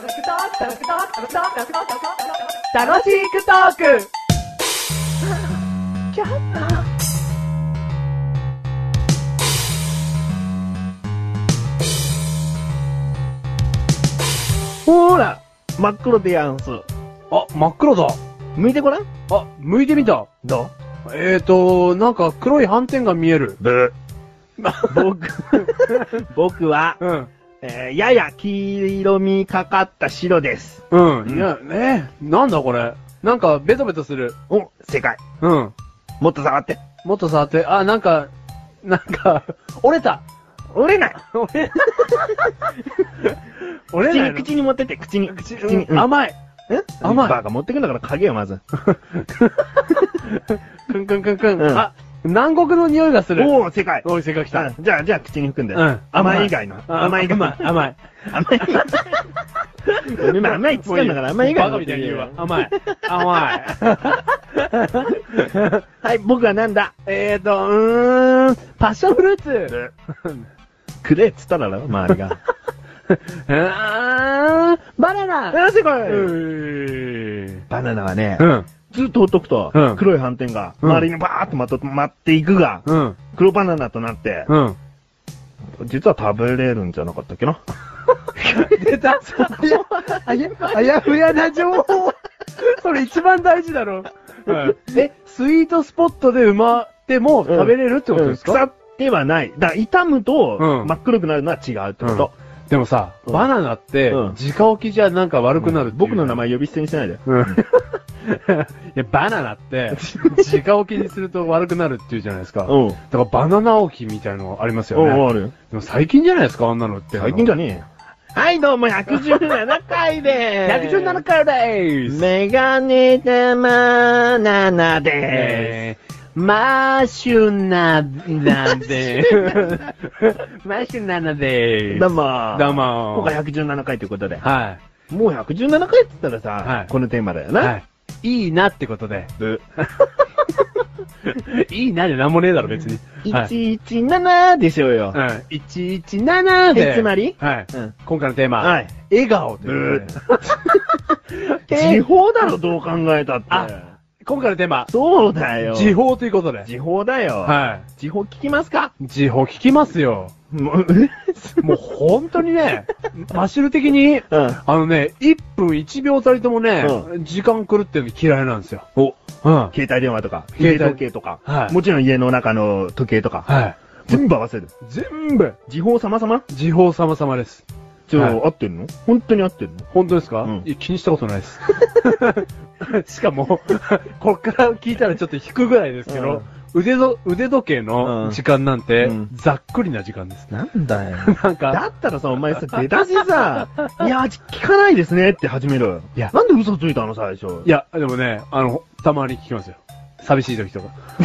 楽しくトーク。 ほーら、真っ黒でやんす。 あ、真っ黒だ。 向いてごらん。 あ、向いてみた。 どなんか黒い斑点が見える。 う僕は、 うん。 やや黄色みかかった白です。 うん。いや、なんだこれ。なんかベトベトする。 お、正解。 うん。 もっと触って。 もっと触って。あ、なんか、折れた。 折れない。 折れないの。 口に持ってって、口に。うん甘い。甘い。 バカ持ってくんだから影よ、まず。 くんくんくんくん。 うんあ、南国の匂いがする。 おー、正解。 おい、正解来た。 じゃあ、口に含んで。 うん。 甘い以外の。甘い以外の。 甘い。 甘い。甘いっつったんだから甘い以外の。 バカみたいに言うわ。甘い。 はい、僕はなんだパッションフルーツ。 くれっつっただろ、周りが。 バナナ。 正解。バナナはね、ずっとほっとくと、黒い斑点が周りにバーっとまっていくが、黒バナナとなって、実は食べれるんじゃなかったっけな。 出た。あやふやな情報。それ一番大事だろ。スイートスポットで埋まっても食べれるってことですか？ 腐ってはない。だから傷むと真っ黒くなるのは違うってこと。 でもさ、バナナって、直置きじゃなんか悪くなるっていう。 僕の名前呼び捨てにしないで。 いや、バナナって、直置きにすると悪くなるっていうじゃないですか。だからバナナ置きみたいなのありますよね。 ある。 でも最近じゃないですか、あんなのって。 最近じゃねえよ。はい、どうも、117回でーす。 117回でーす。 メガネ玉ナナでーす。 マッシュナナでーす。マッシュナナでーす。 どうも。 どうも。 今回117回ということで。 はい。 もう117回って言ったらさ、このテーマだよな。 はい。いいなってことで。いいなでなんもねえだろ、別に。 117でしょうよ。 117で。 つまりはい。今回のテーマ。はい。笑顔ということで。 時報だろ、どう考えたって。 今回のテーマ。 そうだよ。 時報ということで。 時報だよ。 はい。 時報聞きますか？ 時報聞きますよ。もう本当にね、マシュル的に、1分1秒たりともね、時間狂ってるの嫌いなんですよ。 携帯電話とか、携帯時計とか、もちろん家の中の時計とか、全部合わせる。 全部。 時報様々？ 時報様々です。 合ってるの？本当に合ってるの？ 本当ですか？気にしたことないです。しかも、こっから聞いたらちょっと引くぐらいですけど、腕時計の時間なんて、ざっくりな時間です。 なんだよ。 なんか。 だったらさ、お前さ、出だしさ、いや、聞かないですねって始めろ。いや、なんで嘘ついたの最初。 いや、でもね、たまに聞きますよ。寂しい時とか。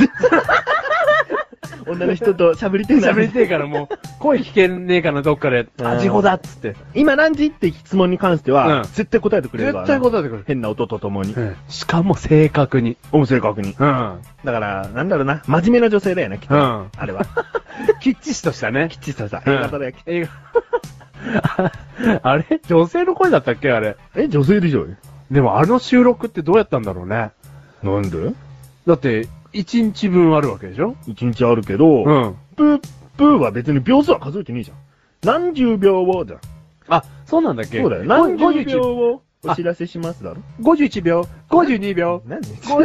女の人と喋りてえな。 喋りてえからもう、声聞けねえかな、どっかで。時報だっつって。 今何時って質問に関しては、絶対答えてくれるから。 絶対答えてくれる。 変な音とともに。 しかも正確に。 正確に。だから、なんだろうな。真面目な女性だよね、きっと。あれは。 きっちしとしたね。 きっちしとした。映画だよ、 映画。あれ女性の声だったっけあれ。 女性でしょ。 でもあの収録ってどうやったんだろうね。 なんで？ だって、1日分あるわけでしょ？ 1 日あるけど、プーは別に秒数は数えてねえじゃん。何十秒をじゃん。 あ、そうなんだっけ？ そうだよ。何十秒をお知らせしますだろ？ 51秒、52秒、 何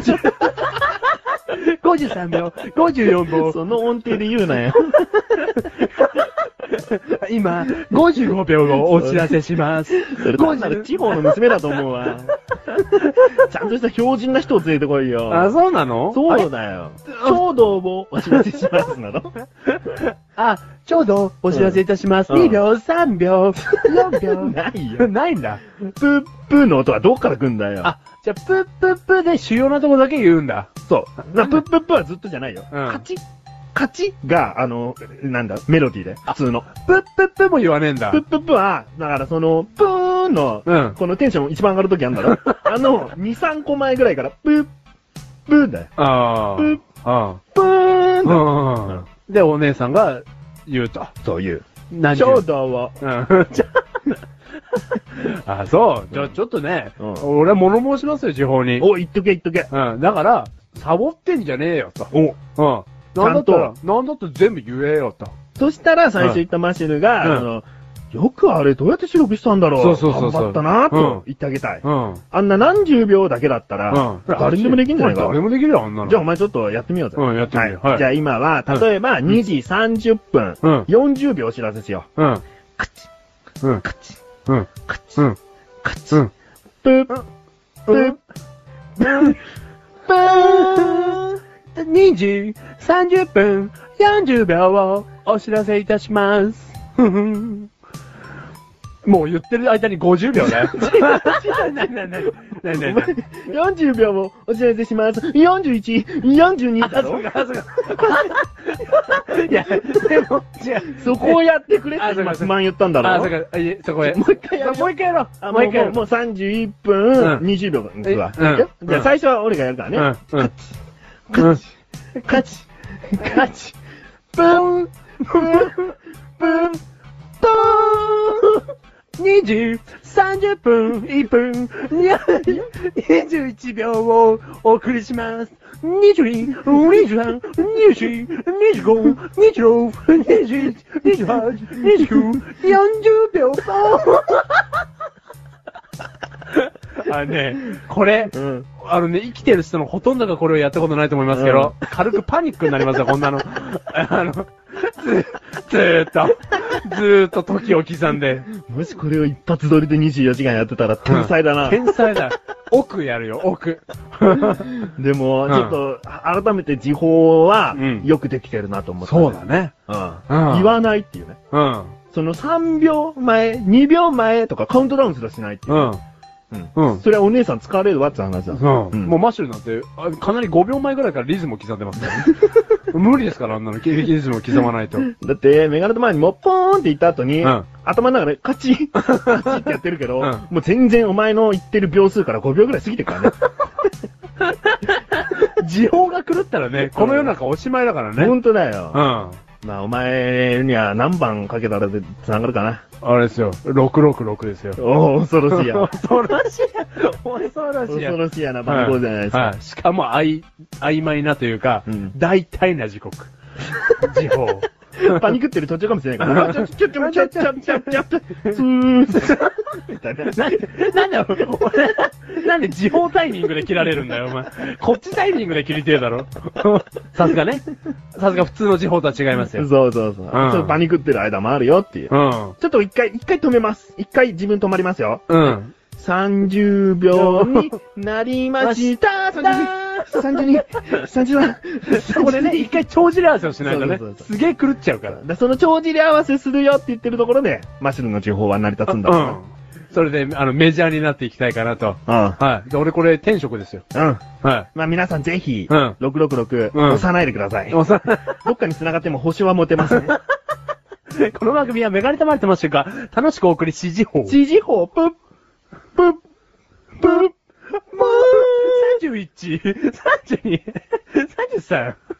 53秒、54秒。 その音程で言うなよ。 今、55秒をお知らせします。 それ単なる地方の娘だと思うわ。ちゃんとした標準な人を連れてこいよ。 あ、そうなの？ そうだよ。ちょうどをお知らせしますなの。 ちょうどお知らせいたします。2秒、3秒、4秒。 ないよ。 ないんだ。 プーの音はどっから来んだよ。 じゃあ、プーで主要なとこだけ言うんだ。 そう。プーはずっとじゃないよ。カチが、なんだ、メロディーで。普通の。 プーも言わねえんだ。 プーは、だからその、プーンの、このテンション一番上がるときあるんだろ2、3個前ぐらいから、プーだよ。プーンで、お姉さんが言うと。 そう言う。 何ちょうどを。 あ、そう。じゃあちょっとね、俺は物申しますよ、地方に。 お、言っとけ。 うん。だから、サボってんじゃねえよ、と。 お。 うん。なんだったら全部言えよ、と。 そしたら、最初言ったマシュルが、よくあれどうやって収録したんだろう。 そう。 頑張ったなと言ってあげたい。 うん。 あんな何十秒だけだったら、誰にでもできんじゃないか。 誰もできるよ、あんなの。 じゃあお前ちょっとやってみようぜ。 うん、やってみよう。はい。 じゃあ今は、例えば2時30分、40秒お知らせしよう。カチッ、カチッ、カチッ、カチッ、プッ、プッ、プッ、プー、2時30分40秒をお知らせいたします。 もう言ってる間に50秒だよ。 40秒をお知らせします。41、42だろ。 いや、でも、違う。 そこをやってくれって今不満言ったんだろ。 そこへ。もう一回やろう。もう 31分20秒いくわ。じゃあ最初は俺がやるからね。カチ、カチ、カチ、プン、プン、プン、トーン2時30分1分21秒をお送りします。22、23、24、25、26、27、28、29、40秒。 これ、生きてる人のほとんどがこれをやったことないと思いますけど、軽くパニックになりますよ、こんなの。ずーっと時を刻んで。 もしこれを一発撮りで24時間やってたら天才だな。 天才だ。奥やるよ、奥。 でも、ちょっと、改めて時報は、よくできてるなと思った。 そうだね。 言わないっていうね。その3秒前、2秒前とかカウントダウンすらしないっていう。それはお姉さん疲れるわって話だ。 もうマッシュルなんて、かなり5秒前ぐらいからリズムを刻んでますからね。無理ですから、あんなの。リズムを刻まないと。 だって、メガネと前にもっぽーんって言った後に、頭の中でカチッ、カチッってやってるけど、もう全然お前の言ってる秒数から5秒ぐらい過ぎてるからね。 時報が狂ったらね、この世の中おしまいだからね。 ほんとだよ。まあ、お前には何番かけたら繋がるかな。 あれですよ。666ですよ。 おー、恐ろしいや。 恐ろしいや。 恐ろしいやな番号じゃないですか。 しかも曖昧なというか、大体な時刻。時報。 パニクってる途中かもしれないから。ちょ、 なんで時報タイミングで切られるんだよ、お前。こっちタイミングで切りてえだろ。さすがね。さすが普通の時報とは違いますよ。 そう。ちょっとパニクってる間もあるよっていう。ちょっと一回止めます。一回自分止まりますよ。30秒になりました32、33。 そこでね、一回帳尻合わせをしないとね。すげえ狂っちゃうから。 その帳尻合わせするよって言ってるところで、マシュルの地方は成り立つんだから。 それで、メジャーになっていきたいかなと。はい。で、俺これ転職ですよ。はい。 まあ皆さんぜひ、666、押さないでください。どっかに繋がっても星は持てますね。 この番組はメガネたまれてましたが、楽しくお送り指示法。 指示法、プッ、プッ、プッ、 31、32、33。